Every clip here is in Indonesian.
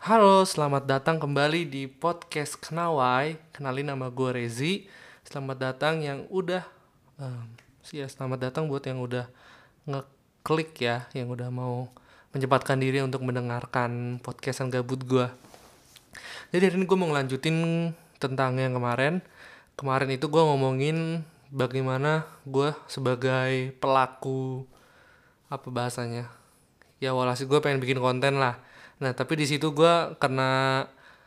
Halo, selamat datang kembali di podcast Kenawai. Kenalin nama gue Rezi. Selamat datang yang udah selamat datang buat yang udah ngeklik ya, yang udah mau menyempatkan diri untuk mendengarkan podcastan gabut gue. Jadi hari ini gue mau ngelanjutin tentang yang kemarin. Kemarin itu gue ngomongin bagaimana gue sebagai pelaku, apa bahasanya, ya walhasil gue pengen bikin konten lah. Nah tapi di situ gue kena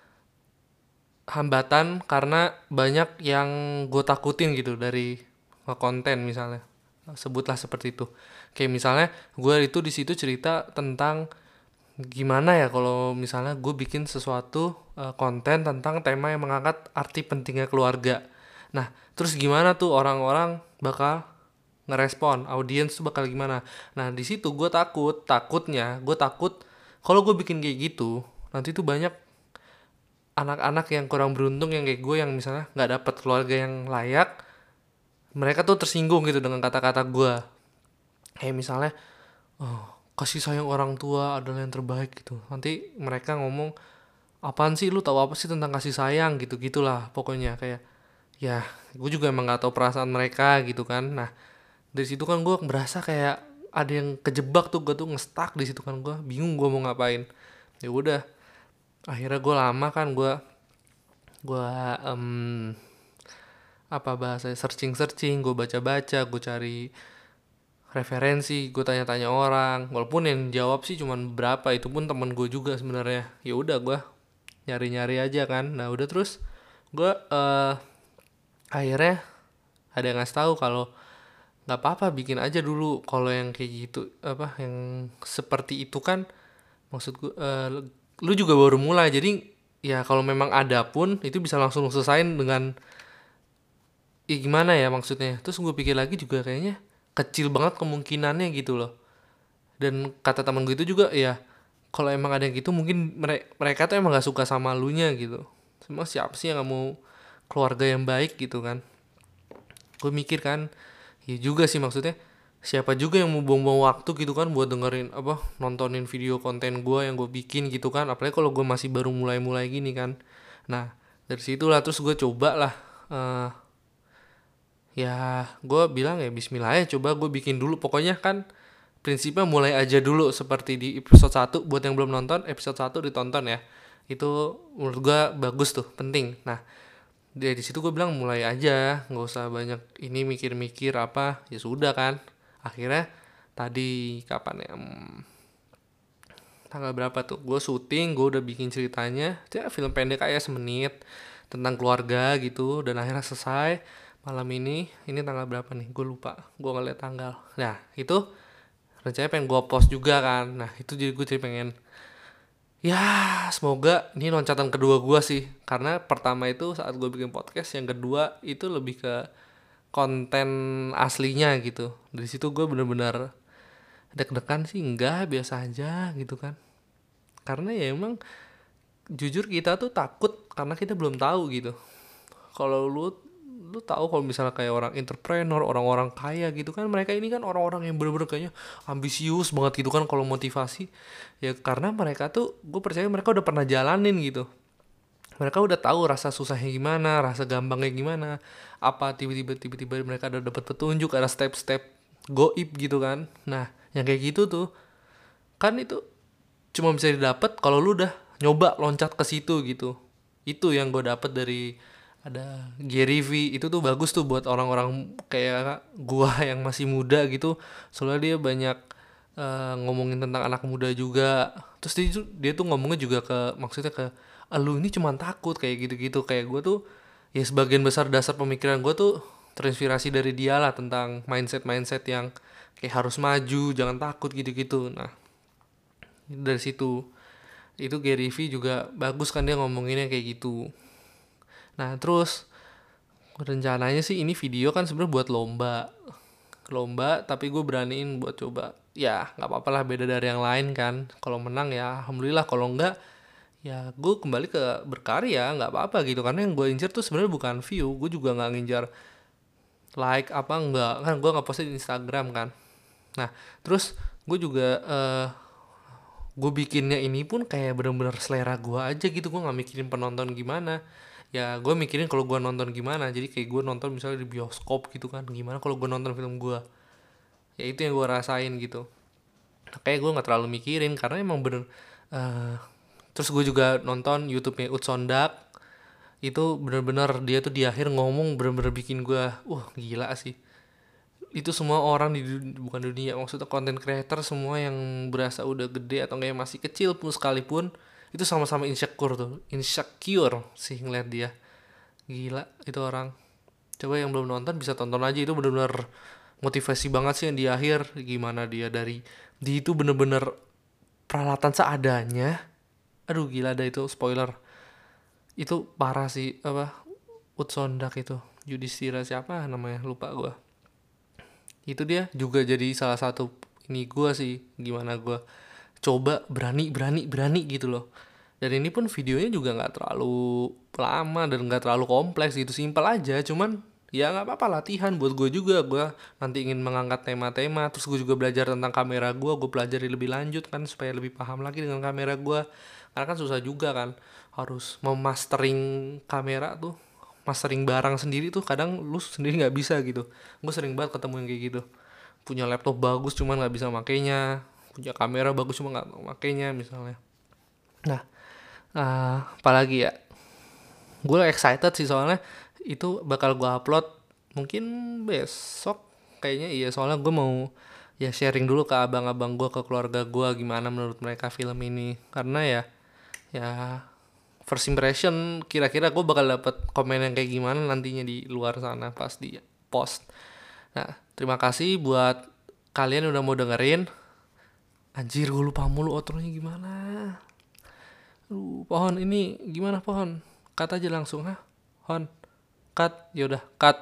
hambatan karena banyak yang gue takutin gitu dari konten, misalnya sebutlah seperti itu. Kayak misalnya gue itu di situ cerita tentang gimana ya kalau misalnya gue bikin sesuatu konten tentang tema yang mengangkat arti pentingnya keluarga. Nah terus gimana tuh orang-orang bakal ngerespon, audiens tuh bakal gimana. Nah di situ gue takut kalau gue bikin kayak gitu nanti tuh banyak anak-anak yang kurang beruntung yang kayak gue, yang misalnya nggak dapet keluarga yang layak, mereka tuh tersinggung gitu dengan kata-kata gue. Kayak misalnya, oh, kasih sayang orang tua adalah yang terbaik gitu. Nanti mereka ngomong, apaan sih, lu tahu apa sih tentang kasih sayang, gitu gitulah pokoknya. Kayak ya gue juga emang nggak tahu perasaan mereka gitu kan. Nah dari situ kan gue berasa kayak ada yang kejebak tuh, gue tuh ngestak di situ kan, gue bingung gue mau ngapain. Ya udah, akhirnya gue lama kan gue apa bahasa, searching, gue baca-baca, gue cari referensi, gue tanya-tanya orang, walaupun yang jawab sih cuman beberapa, itu pun temen gue juga sebenarnya. Ya udah gue nyari-nyari aja kan. Nah udah, terus gue akhirnya ada yang ngasih tahu kalau nggak apa-apa, bikin aja dulu kalau yang kayak gitu, apa yang seperti itu kan. Maksud gue lu juga baru mulai, jadi ya kalau memang ada pun itu bisa langsung selesain dengan, ya gimana ya maksudnya. Terus gue pikir lagi juga kayaknya kecil banget kemungkinannya gitu loh. Dan kata teman gue itu juga, ya kalau emang ada yang gitu mungkin mereka tuh emang gak suka sama lu nya gitu. Semua siapa sih yang gak mau keluarga yang baik gitu kan. Gue mikir kan, ya juga sih, maksudnya siapa juga yang mau buang-buang waktu gitu kan buat dengerin apa, nontonin video konten gue yang gue bikin gitu kan, apalagi kalau gue masih baru mulai-mulai gini kan. Nah dari situlah terus gue coba lah, eh, ya gue bilang ya bismillah ya, coba gue bikin dulu pokoknya kan. Prinsipnya mulai aja dulu, seperti di episode 1. Buat yang belum nonton episode 1 ditonton ya, itu menurut gue bagus tuh, penting. Nah dari situ gue bilang mulai aja, nggak usah banyak ini mikir-mikir apa, ya sudah kan. Akhirnya tadi kapan ya, tanggal berapa tuh, gue syuting, gue udah bikin ceritanya ya, film pendek kayak semenit tentang keluarga gitu, dan akhirnya selesai malam ini tanggal berapa nih, gue lupa, gue ngeliat tanggal. Nah itu rencananya pengen gue post juga kan. Nah itu jadi gue jadi pengen, ya semoga ini loncatan kedua gue sih, karena pertama itu saat gue bikin podcast, yang kedua itu lebih ke konten aslinya gitu. Dari situ gue bener-bener deg-degan sih, enggak, biasa aja gitu kan. Karena ya emang jujur kita tuh takut karena kita belum tahu gitu. Kalau lu tahu, kalau misalnya kayak orang entrepreneur, orang-orang kaya gitu kan, mereka ini kan orang-orang yang bener-bener kayaknya ambisius banget gitu kan kalau motivasi. Ya karena mereka tuh, gue percaya mereka udah pernah jalanin gitu. Mereka udah tahu rasa susahnya gimana, rasa gampangnya gimana. Apa tiba-tiba mereka udah dapat petunjuk, ada step-step goib gitu kan. Nah yang kayak gitu tuh kan, itu cuma bisa didapat kalau lu udah nyoba loncat ke situ gitu. Itu yang gue dapet dari, ada Gary V, itu tuh bagus tuh buat orang-orang kayak gua yang masih muda gitu. Soalnya dia banyak ngomongin tentang anak muda juga. Terus dia tuh ngomongnya juga ke, maksudnya ke lu ini cuman takut kayak gitu-gitu. Kayak gue tuh ya sebagian besar dasar pemikiran gue tuh terinspirasi dari dia lah, tentang mindset yang kayak harus maju, jangan takut gitu-gitu. Nah dari situ, itu Gary V juga bagus kan, dia ngomonginnya kayak gitu. Nah terus rencananya sih ini video kan sebenarnya buat lomba, tapi gue beraniin buat coba, ya nggak apa-apa lah, beda dari yang lain kan. Kalau menang ya alhamdulillah, kalau enggak ya gue kembali ke berkarya, nggak apa-apa gitu. Karena yang gue incer tuh sebenarnya bukan view, gue juga nggak ngincar like apa, enggak kan, gue nggak posting di Instagram kan. Nah terus gue juga gue bikinnya ini pun kayak bener-bener selera gue aja gitu, gue nggak mikirin penonton gimana. Ya gue mikirin kalau gue nonton gimana, jadi kayak gue nonton misalnya di bioskop gitu kan, gimana kalau gue nonton film gue, ya itu yang gue rasain gitu. Kayak gue nggak terlalu mikirin karena emang bener. eh Terus gue juga nonton YouTube-nya Utsondak, itu bener-bener dia tuh di akhir ngomong bener-bener bikin gue gila sih. Itu semua orang bukan dunia, maksudnya content creator semua yang berasa udah gede atau kayak masih kecil pun sekalipun, itu sama-sama insecure sih ngeliat dia. Gila itu orang. Coba yang belum nonton bisa tonton aja, itu bener-bener motivasi banget sih yang di akhir. Gimana dia di itu bener-bener peralatan seadanya. Aduh gila, ada itu spoiler. Itu parah sih, apa, Utsondak itu Yudhistira siapa namanya lupa gue. Itu dia juga jadi salah satu ini gue sih, gimana gue coba berani berani berani gitu loh. Dan ini pun videonya juga nggak terlalu lama dan nggak terlalu kompleks gitu, simpel aja. Cuman ya nggak apa-apa, latihan buat gue juga. Gue nanti ingin mengangkat tema-tema, terus gue juga belajar tentang kamera gue pelajari lebih lanjut kan supaya lebih paham lagi dengan kamera gue. Karena kan susah juga kan, harus memastering kamera tuh, mastering barang sendiri tuh kadang lu sendiri nggak bisa gitu. Gue sering banget ketemu yang kayak gitu, punya laptop bagus cuman nggak bisa makainya, punya kamera bagus cuma nggak makainya misalnya. Nah, apalagi ya, gue excited sih soalnya itu bakal gue upload mungkin besok kayaknya. Iya, soalnya gue mau ya sharing dulu ke abang-abang gue, ke keluarga gue, gimana menurut mereka film ini. Karena ya first impression, kira-kira gue bakal dapet komen yang kayak gimana nantinya di luar sana pas di post. Nah, terima kasih buat kalian udah mau dengerin. Anjir, gue lupa mulu outronya gimana. Pohon ini gimana pohon? Cut aja langsung, Hon. Cut. Yaudah, cut.